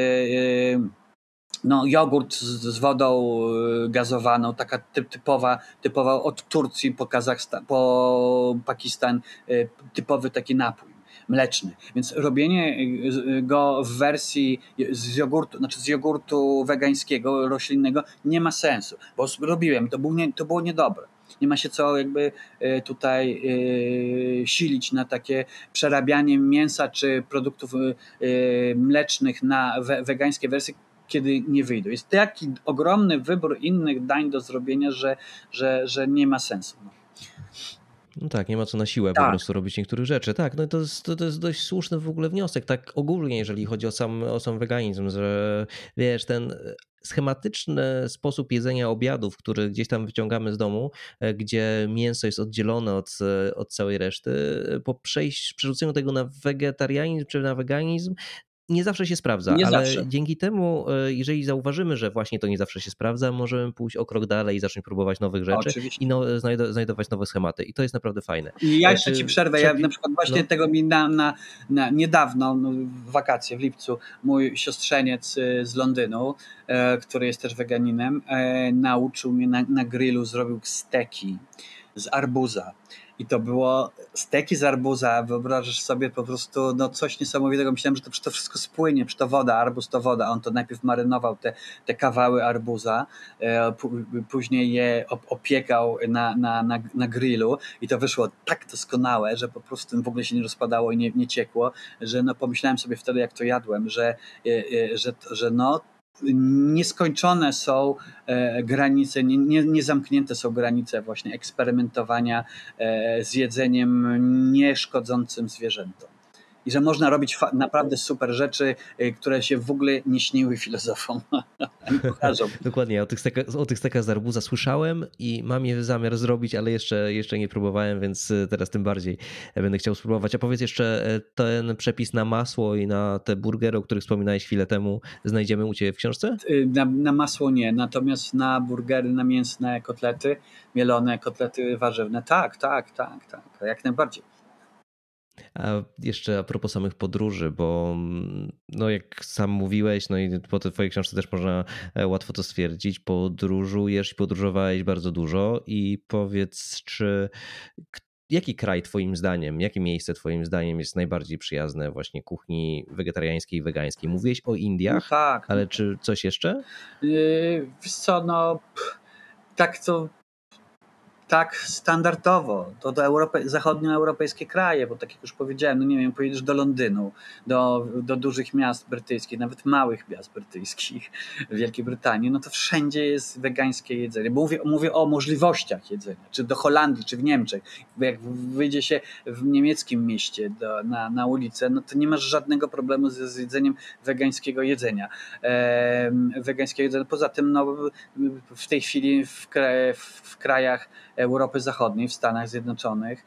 no, jogurt z, z wodą gazowaną, taka typ, typowa, typowa od Turcji po Kazachstan, po Pakistan, typowy taki napój mleczny. Więc robienie go w wersji z jogurtu, znaczy z jogurtu wegańskiego, roślinnego nie ma sensu, bo robiłem, to, był nie, to było niedobre. Nie ma się co jakby tutaj silić na takie przerabianie mięsa czy produktów mlecznych na wegańskie wersje, kiedy nie wyjdą. Jest taki ogromny wybór innych dań do zrobienia, że, że, że nie ma sensu. No. No tak, nie ma co na siłę tak. po prostu robić niektórych rzeczy. Tak, no to jest, to, to jest dość słuszny w ogóle wniosek, tak ogólnie, jeżeli chodzi o sam, o sam weganizm, że wiesz, ten schematyczny sposób jedzenia obiadów, który gdzieś tam wyciągamy z domu, gdzie mięso jest oddzielone od, od całej reszty, po przejść, przerzuceniu tego na wegetarianizm czy na weganizm, nie zawsze się sprawdza, nie ale zawsze. Dzięki temu, jeżeli zauważymy, że właśnie to nie zawsze się sprawdza, możemy pójść o krok dalej i zacząć próbować nowych rzeczy Oczywiście. i no, znajdować nowe schematy. I to jest naprawdę fajne. I ja jeszcze Czy... ci przerwę. Ja na przykład właśnie no. tego mi na, na, na niedawno, no, w wakacje w lipcu, mój siostrzeniec z Londynu, e, który jest też weganinem, e, nauczył mnie na, na grillu, zrobił steki z arbuza. I to było steki z arbuza, wyobrażasz sobie po prostu no coś niesamowitego. Myślałem, że to, że to wszystko spłynie, że to woda, arbuz to woda. On to najpierw marynował te, te kawały arbuza, e, później je opiekał na, na, na, na grillu i to wyszło tak doskonałe, że po prostu w ogóle się nie rozpadało i nie, nie ciekło, że no pomyślałem sobie wtedy, jak to jadłem, że, e, e, że, że no nieskończone są e, granice, nie, nie, niezamknięte są granice właśnie eksperymentowania e, z jedzeniem nieszkodzącym zwierzętom. i że można robić fa- naprawdę super rzeczy, y, które się w ogóle nie śniły filozofom ani kucharzom. Dokładnie, o tych, steka, o tych stekach z arbuza słyszałem i mam je zamiar zrobić, ale jeszcze, jeszcze nie próbowałem, więc teraz tym bardziej będę chciał spróbować. A powiedz jeszcze, ten przepis na masło i na te burgery, o których wspominałeś chwilę temu, znajdziemy u Ciebie w książce? Y, Na, na masło nie, natomiast na burgery, na mięsne kotlety, mielone kotlety warzywne, tak, tak, tak, tak, jak najbardziej. A jeszcze a propos samych podróży, bo no jak sam mówiłeś, no i po tej twojej książce też można łatwo to stwierdzić, podróżujesz i podróżowałeś bardzo dużo i powiedz, czy jaki kraj twoim zdaniem, jakie miejsce twoim zdaniem jest najbardziej przyjazne właśnie kuchni wegetariańskiej i wegańskiej? Mówiłeś o No Indiach, tak. ale czy coś jeszcze? Yy, wiesz co, no pff, tak to tak standardowo, to do Europy, zachodnioeuropejskie kraje, bo tak jak już powiedziałem, no nie wiem, pojedziesz do Londynu, do, do dużych miast brytyjskich, nawet małych miast brytyjskich w Wielkiej Brytanii, no to wszędzie jest wegańskie jedzenie, bo mówię, mówię o możliwościach jedzenia, czy do Holandii, czy w Niemczech, bo jak wyjdzie się w niemieckim mieście do, na, na ulicę, no to nie masz żadnego problemu z, z jedzeniem wegańskiego jedzenia. E, wegańskiego jedzenia. Poza tym no, w tej chwili w, w krajach Europy Zachodniej, w Stanach Zjednoczonych,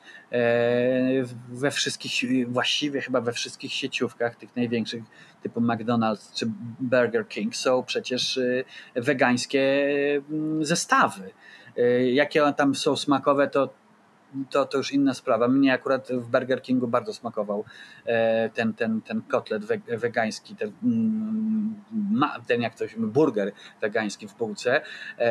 we wszystkich, właściwie chyba we wszystkich sieciówkach tych największych typu McDonald's czy Burger King są przecież wegańskie zestawy. Jakie one tam są smakowe, to To, to już inna sprawa. Mnie akurat w Burger Kingu bardzo smakował ten, ten, ten kotlet wegański, ten, ten jak to się burger wegański w półce,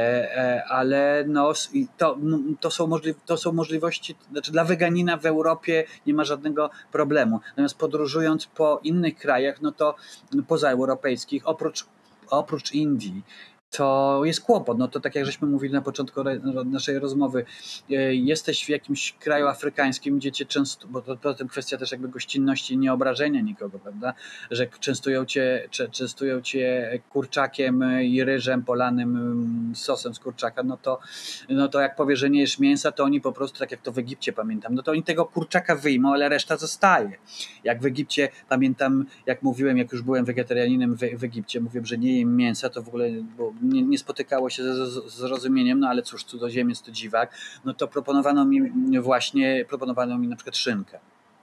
ale no, to, to, są możli, to są możliwości, znaczy dla weganina w Europie nie ma żadnego problemu. Natomiast podróżując po innych krajach, no to pozaeuropejskich, oprócz, oprócz Indii, to jest kłopot. No to tak jak żeśmy mówili na początku naszej rozmowy, jesteś w jakimś kraju afrykańskim, gdzie cię często, bo to potem kwestia też jakby gościnności, nie obrażenia nikogo, prawda, że częstują cię, częstują cię kurczakiem i ryżem polanym sosem z kurczaka, no to, no to jak powiesz, że nie jesz mięsa, to oni po prostu, tak jak to w Egipcie pamiętam, no to oni tego kurczaka wyjmą, ale reszta zostaje. Jak w Egipcie, pamiętam, jak mówiłem, jak już byłem wegetarianinem w, w Egipcie, mówiłem, że nie jem mięsa, to w ogóle, bo nie, nie spotykało się ze zrozumieniem, no ale cóż, cudzoziemiec to dziwak, no to proponowano mi właśnie, proponowano mi na przykład szynkę.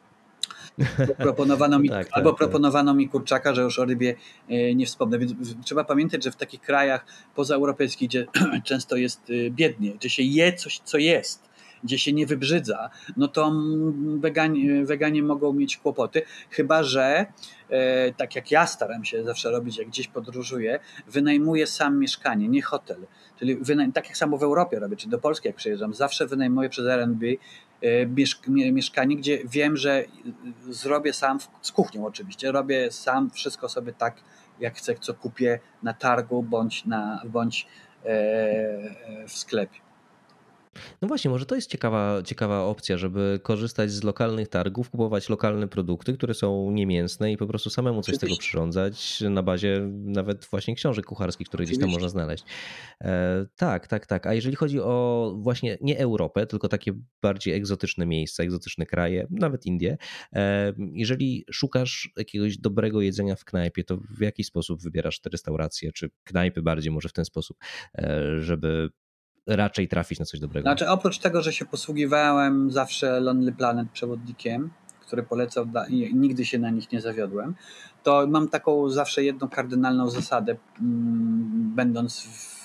Proponowano mi, tak, albo tak, proponowano mi kurczaka, że już o rybie nie wspomnę. Więc trzeba pamiętać, że w takich krajach pozaeuropejskich, gdzie często jest biednie, gdzie się je coś, co jest, gdzie się nie wybrzydza, no to weganie, weganie mogą mieć kłopoty, chyba że e, tak jak ja staram się zawsze robić, jak gdzieś podróżuję, wynajmuję sam mieszkanie, nie hotel. Czyli wynaj- tak jak samo w Europie robię, czy do Polski jak przyjeżdżam, zawsze wynajmuję przez Airbnb mieszkanie, gdzie wiem, że zrobię sam, z kuchnią oczywiście, robię sam wszystko sobie tak, jak chcę, co kupię na targu bądź, na, bądź w sklepie. No właśnie, może to jest ciekawa, ciekawa opcja, żeby korzystać z lokalnych targów, kupować lokalne produkty, które są niemięsne i po prostu samemu coś z tego przyrządzać na bazie nawet właśnie książek kucharskich, które gdzieś tam można znaleźć. E, tak, tak, tak. A jeżeli chodzi o właśnie nie Europę, tylko takie bardziej egzotyczne miejsca, egzotyczne kraje, nawet Indie, e, jeżeli szukasz jakiegoś dobrego jedzenia w knajpie, to w jaki sposób wybierasz te restauracje, czy knajpy bardziej może w ten sposób, e, żeby raczej trafić na coś dobrego? Znaczy, oprócz tego, że się posługiwałem zawsze Lonely Planet przewodnikiem, który polecał i nigdy się na nich nie zawiodłem, to mam taką zawsze jedną kardynalną zasadę, będąc w,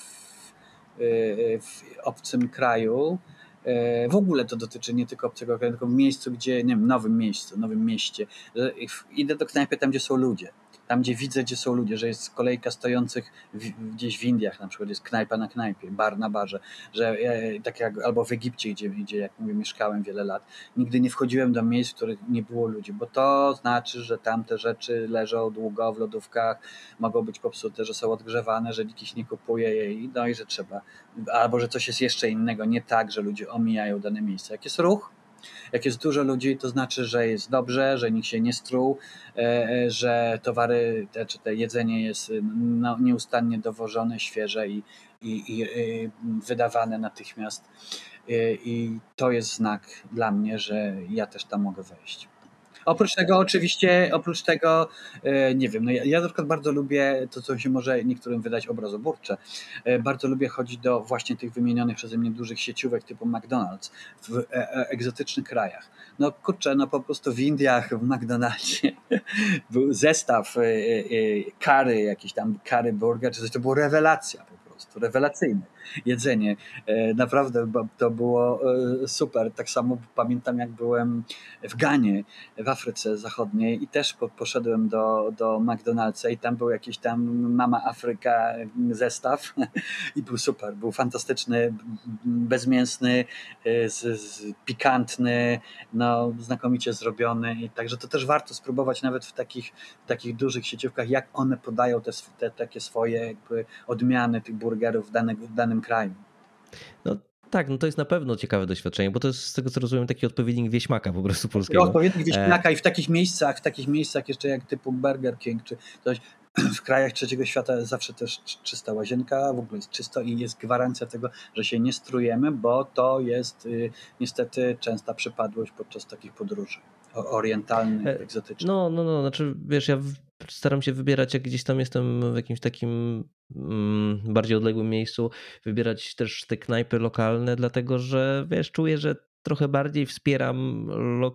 w obcym kraju. W ogóle to dotyczy nie tylko obcego kraju, tylko w miejscu, gdzie, nie wiem, nowym miejscu, nowym mieście. Idę do knajpy tam, gdzie są ludzie. Tam, gdzie widzę, gdzie są ludzie, że jest kolejka stojących w, gdzieś w Indiach, na przykład jest knajpa na knajpie, bar na barze, że ja, tak jak, albo w Egipcie, gdzie, gdzie jak mówię, mieszkałem wiele lat, nigdy nie wchodziłem do miejsc, w których nie było ludzi, bo to znaczy, że tam te rzeczy leżą długo w lodówkach, mogą być popsute, że są odgrzewane, że nikt ich nie kupuje jej, no i że trzeba, albo że coś jest jeszcze innego, nie tak, że ludzie omijają dane miejsce. Jak jest ruch, jak jest dużo ludzi, to znaczy, że jest dobrze, że nikt się nie struł, że towary, te, czy te jedzenie jest no, nieustannie dowożone, świeże i, i, i wydawane natychmiast. I to jest znak dla mnie, że ja też tam mogę wejść. Oprócz tego oczywiście, oprócz tego, e, nie wiem, no ja, ja na przykład bardzo lubię to, co się może niektórym wydać obrazoburcze. E, Bardzo lubię chodzić do właśnie tych wymienionych przeze mnie dużych sieciówek typu McDonald's w e, e, egzotycznych krajach. No kurczę, no po prostu w Indiach, w McDonaldzie był zestaw e, e, curry, jakiś tam curry burger, czy coś, to była rewelacja po prostu, rewelacyjne jedzenie. E, Naprawdę bo to było e, super. Tak samo pamiętam, jak byłem w Ganie, w Afryce Zachodniej i też po, poszedłem do, do McDonald'sa i tam był jakiś tam Mama Afryka zestaw i był super, był fantastyczny, bezmięsny, y, z, z, pikantny, no, znakomicie zrobiony i także to też warto spróbować nawet w takich, w takich dużych sieciówkach, jak one podają te, te takie swoje jakby odmiany tych burgerów w, dane, w danym kraju. No tak, no to jest na pewno ciekawe doświadczenie, bo to jest z tego co rozumiem taki odpowiednik wieśmaka po prostu polskiego. Odpowiednik E, wieśniaka i w takich miejscach, w takich miejscach jeszcze jak typu Burger King czy coś, w krajach trzeciego świata zawsze też czysta łazienka, w ogóle jest czysto i jest gwarancja tego, że się nie strujemy, bo to jest y, niestety częsta przypadłość podczas takich podróży o- orientalnych, e, egzotycznych. no, no, no, znaczy wiesz, ja w- staram się wybierać, jak gdzieś tam jestem w jakimś takim mm, bardziej odległym miejscu, wybierać też te knajpy lokalne, dlatego że wiesz, czuję, że trochę bardziej wspieram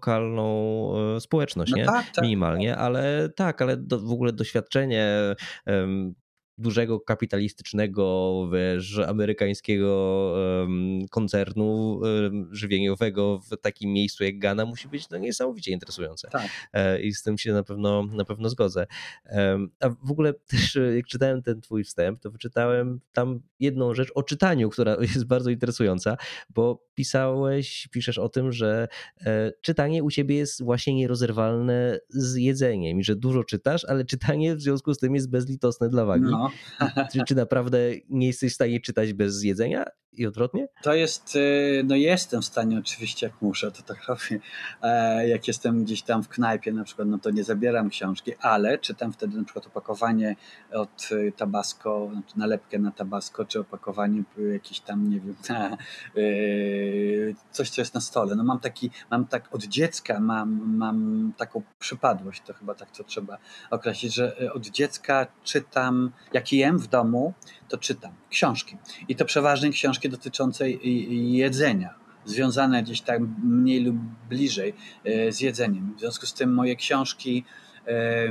lokalną e, społeczność, No nie? tak, tak. Minimalnie, ale tak, ale do, w ogóle doświadczenie em, dużego kapitalistycznego, wiesz, amerykańskiego em, koncernu em, żywieniowego w takim miejscu jak Ghana musi być no, niesamowicie interesujące. tak. E, I z tym się na pewno, na pewno zgodzę. Em, A w ogóle też e, jak czytałem ten twój wstęp, to wyczytałem tam jedną rzecz o czytaniu, która jest bardzo interesująca, bo pisałeś, piszesz o tym, że e, czytanie u ciebie jest właśnie nierozerwalne z jedzeniem i że dużo czytasz, ale czytanie w związku z tym jest bezlitosne dla wagi. No. I czy, czy naprawdę nie jesteś w stanie czytać bez jedzenia i odwrotnie? To jest, y, no jestem w stanie oczywiście, jak muszę, to tak robię. E, Jak jestem gdzieś tam w knajpie na przykład, no to nie zabieram książki, ale czytam wtedy na przykład opakowanie od y, Tabasco, znaczy nalepkę na Tabasco, czy opakowanie y, jakieś tam, nie wiem, na, y, coś, co jest na stole. No mam taki, mam tak od dziecka mam, mam taką przypadłość, to chyba tak to trzeba określić, że y, od dziecka czytam, jak jem w domu, to czytam książki. I to przeważnie książki dotyczące jedzenia, związane gdzieś tak mniej lub bliżej e, z jedzeniem. W związku z tym moje książki e, e,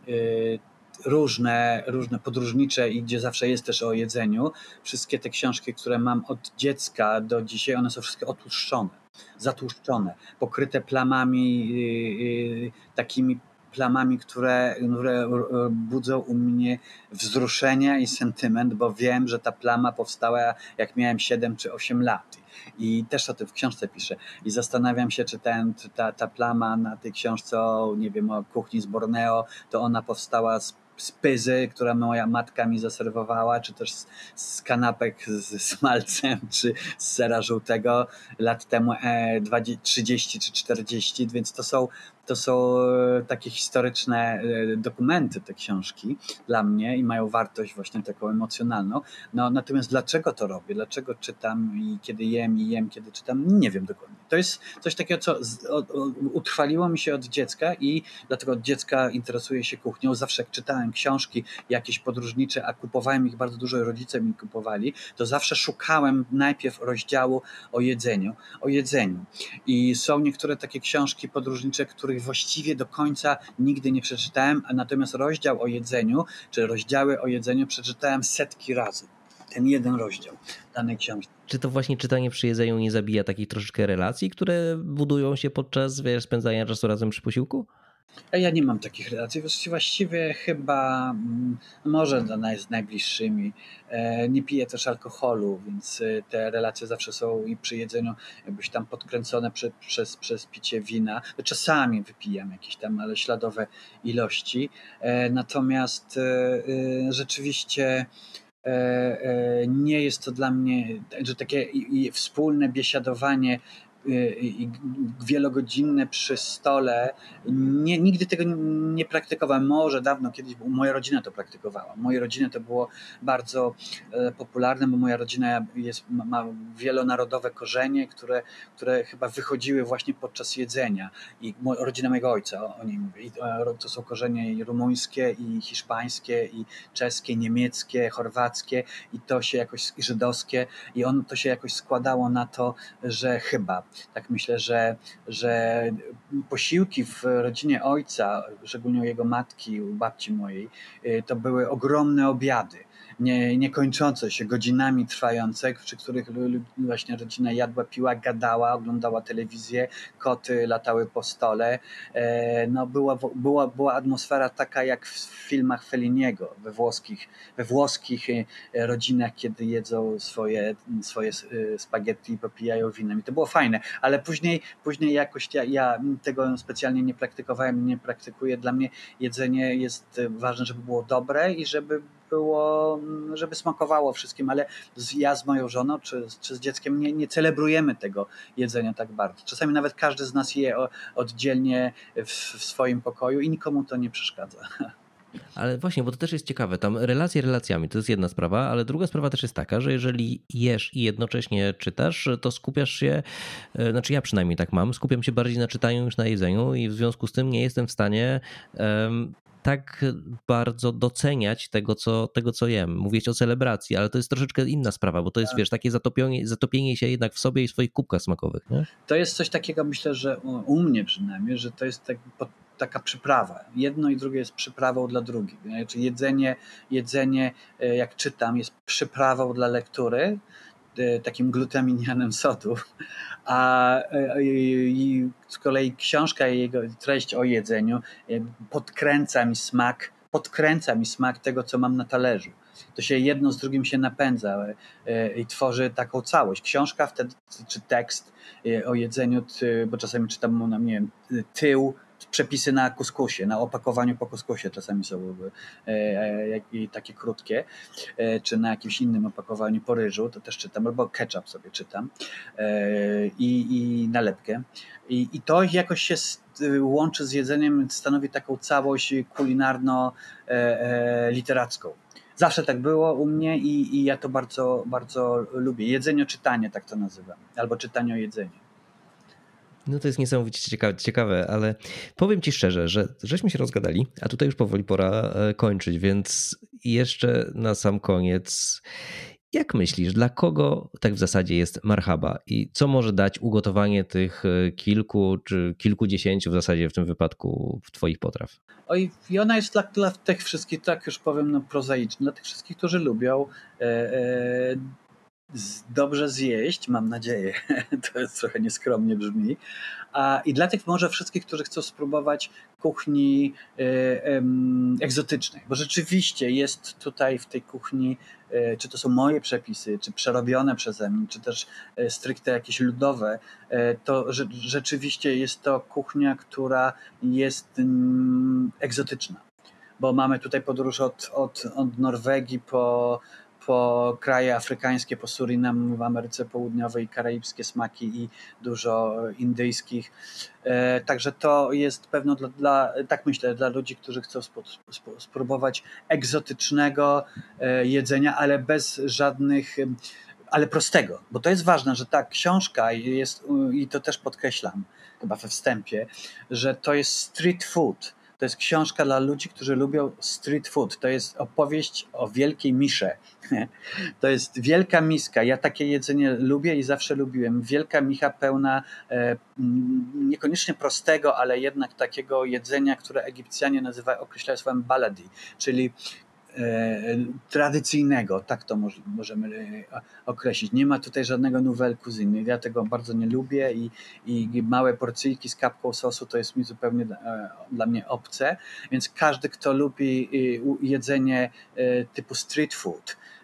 różne, różne podróżnicze i gdzie zawsze jest też o jedzeniu, wszystkie te książki, które mam od dziecka do dzisiaj, one są wszystkie otłuszczone, zatłuszczone, pokryte plamami e, e, takimi plamami, które, które budzą u mnie wzruszenia i sentyment, bo wiem, że ta plama powstała jak miałem siedem czy osiem lat. I też o tym w książce piszę. I zastanawiam się, czy ten, ta, ta plama na tej książce o, nie wiem, o kuchni z Borneo, to ona powstała z z pyzy, która moja matka mi zaserwowała, czy też z, z kanapek z smalcem, czy z sera żółtego lat temu e, dwadzieścia, trzydzieści czy czterdzieści, więc to są to są takie historyczne dokumenty, te książki dla mnie i mają wartość właśnie taką emocjonalną. No, natomiast dlaczego to robię? Dlaczego czytam i kiedy jem i jem, kiedy czytam? Nie wiem dokładnie. To jest coś takiego, co z, o, o, utrwaliło mi się od dziecka i dlatego od dziecka interesuję się kuchnią. Zawsze jak czytałem książki jakieś podróżnicze, a kupowałem ich bardzo dużo, rodzice mi kupowali, to zawsze szukałem najpierw rozdziału o jedzeniu. O jedzeniu. I są niektóre takie książki podróżnicze, których właściwie do końca nigdy nie przeczytałem, a natomiast rozdział o jedzeniu, czy rozdziały o jedzeniu przeczytałem setki razy. Ten jeden rozdział danej książki. Czy to właśnie czytanie przy jedzeniu nie zabija takich troszeczkę relacji, które budują się podczas wiesz, spędzania czasu razem przy posiłku? Ja nie mam takich relacji. Właściwie chyba może z najbliższymi. Nie piję też alkoholu, więc te relacje zawsze są i przy jedzeniu jakbyś tam podkręcone przez, przez, przez picie wina. Czasami wypijam jakieś tam, ale śladowe ilości. Natomiast rzeczywiście nie jest to dla mnie, że takie wspólne biesiadowanie i wielogodzinne przy stole. Nie, nigdy tego nie praktykowałem. Może dawno kiedyś, bo moja rodzina to praktykowała. Moja rodzina to było bardzo popularne, bo moja rodzina jest, ma wielonarodowe korzenie, które, które chyba wychodziły właśnie podczas jedzenia. I rodzina mojego ojca, o niej mówię. I to są korzenie i rumuńskie, i hiszpańskie, i czeskie, niemieckie, chorwackie, i to się jakoś, i żydowskie. I on to się jakoś składało na to, że chyba tak myślę, że, że posiłki w rodzinie ojca, szczególnie u jego matki, u babci mojej, to były ogromne obiady, nie, niekończące się, godzinami trwające, przy których właśnie rodzina jadła, piła, gadała, oglądała telewizję, koty latały po stole. No była, była, była atmosfera taka jak w filmach Felliniego, we włoskich, we włoskich rodzinach, kiedy jedzą swoje, swoje spaghetti i popijają winem. I to było fajne, ale później, później jakoś ja, ja tego specjalnie nie praktykowałem, nie praktykuję. Dla mnie jedzenie jest ważne, żeby było dobre i żeby było, żeby smakowało wszystkim, ale ja z moją żoną czy, czy z dzieckiem nie, nie celebrujemy tego jedzenia tak bardzo. Czasami nawet każdy z nas je oddzielnie w, w swoim pokoju i nikomu to nie przeszkadza. Ale właśnie, bo to też jest ciekawe, tam relacje relacjami, to jest jedna sprawa, ale druga sprawa też jest taka, że jeżeli jesz i jednocześnie czytasz, to skupiasz się, znaczy ja przynajmniej tak mam, skupiam się bardziej na czytaniu niż na jedzeniu i w związku z tym nie jestem w stanie um, tak bardzo doceniać tego co, tego, co jem. Mówić o celebracji, ale to jest troszeczkę inna sprawa, bo to jest, wiesz, takie zatopienie, zatopienie się jednak w sobie i w swoich kubkach smakowych. Nie? To jest coś takiego, myślę, że u, u mnie przynajmniej, że to jest tak pod taka przyprawa. Jedno i drugie jest przyprawą dla drugich. Znaczy jedzenie, jedzenie, jak czytam, jest przyprawą dla lektury, takim glutaminianem sodu, a i z kolei książka i jego treść o jedzeniu podkręca mi smak, podkręca mi smak tego, co mam na talerzu. To się jedno z drugim się napędza i tworzy taką całość. Książka wtedy, czy tekst o jedzeniu, bo czasami czytam, no, nie wiem, tył, przepisy na kuskusie, na opakowaniu po kuskusie czasami są e, takie krótkie, e, czy na jakimś innym opakowaniu po ryżu, to też czytam, albo ketchup sobie czytam e, i, i nalepkę. I, I to jakoś się łączy z jedzeniem, stanowi taką całość kulinarno-literacką. Zawsze tak było u mnie i, i ja to bardzo, bardzo lubię. Jedzenie, czytanie, tak to nazywam, albo czytanie o jedzeniu. No to jest niesamowicie ciekawe, ciekawe, ale powiem ci szczerze, że żeśmy się rozgadali, a tutaj już powoli pora kończyć, więc jeszcze na sam koniec, jak myślisz, dla kogo tak w zasadzie jest marhaba i co może dać ugotowanie tych kilku czy kilkudziesięciu w zasadzie w tym wypadku twoich potraw? Oj, i ona jest dla, dla tych wszystkich, tak już powiem, no, prozaicznie, dla tych wszystkich, którzy lubią e, e, dobrze zjeść, mam nadzieję, to jest trochę nieskromnie brzmi, a i dla tych może wszystkich, którzy chcą spróbować kuchni e, e, egzotycznej, bo rzeczywiście jest tutaj w tej kuchni, e, czy to są moje przepisy, czy przerobione przeze mnie, czy też e, stricte jakieś ludowe, e, to że, rzeczywiście jest to kuchnia, która jest mm, egzotyczna, bo mamy tutaj podróż od, od, od Norwegii po po kraje afrykańskie, po Surinam w Ameryce Południowej, karaibskie smaki i dużo indyjskich. E, także to jest pewno dla, dla, tak myślę, dla ludzi, którzy chcą spo, spo, spróbować egzotycznego e, jedzenia, ale bez żadnych, ale prostego, bo to jest ważne, że ta książka jest, i to też podkreślam chyba we wstępie, że to jest street food. To jest książka dla ludzi, którzy lubią street food. To jest opowieść o wielkiej misze. To jest wielka miska. Ja takie jedzenie lubię i zawsze lubiłem. Wielka micha pełna e, niekoniecznie prostego, ale jednak takiego jedzenia, które Egipcjanie nazywają, określają słowem baladi, czyli e, tradycyjnego, tak to może, możemy określić. Nie ma tutaj żadnego nouvelle cuisine. Ja tego bardzo nie lubię i, i małe porcyjki z kapką sosu to jest mi zupełnie e, dla mnie obce, więc każdy, kto lubi e, jedzenie e, typu street food,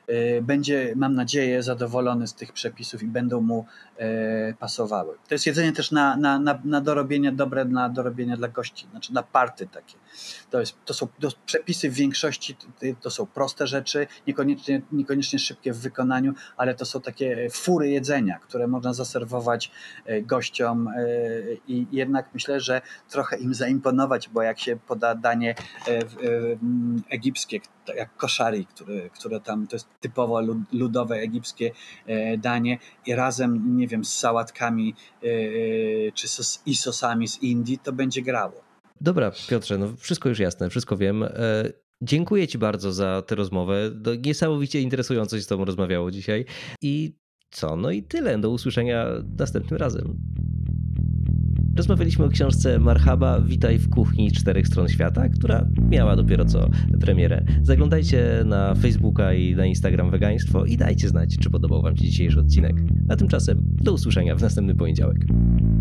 będzie, mam nadzieję, zadowolony z tych przepisów i będą mu pasowały. To jest jedzenie też na, na, na, na dorobienie, dobre na dorobienie dla gości, znaczy na party takie. To, jest, to są to przepisy w większości, to są proste rzeczy, niekoniecznie, niekoniecznie szybkie w wykonaniu, ale to są takie fury jedzenia, które można zaserwować gościom i jednak myślę, że trochę im zaimponować, bo jak się poda danie egipskie, jak koszari, które, które tam, to jest typowo ludowe egipskie danie i razem, nie wiem, z sałatkami czy sos, i sosami z Indii, to będzie grało. Dobra, Piotrze, no wszystko już jasne, wszystko wiem. Dziękuję Ci bardzo za tę rozmowę. Niesamowicie interesująco się z Tobą rozmawiało dzisiaj. I co? No i tyle. Do usłyszenia następnym razem. Rozmawialiśmy o książce Marhaba, witaj w kuchni czterech stron świata, która miała dopiero co premierę. Zaglądajcie na Facebooka i na Instagram Wegaństwo i dajcie znać, czy podobał Wam się dzisiejszy odcinek. A tymczasem do usłyszenia w następny poniedziałek.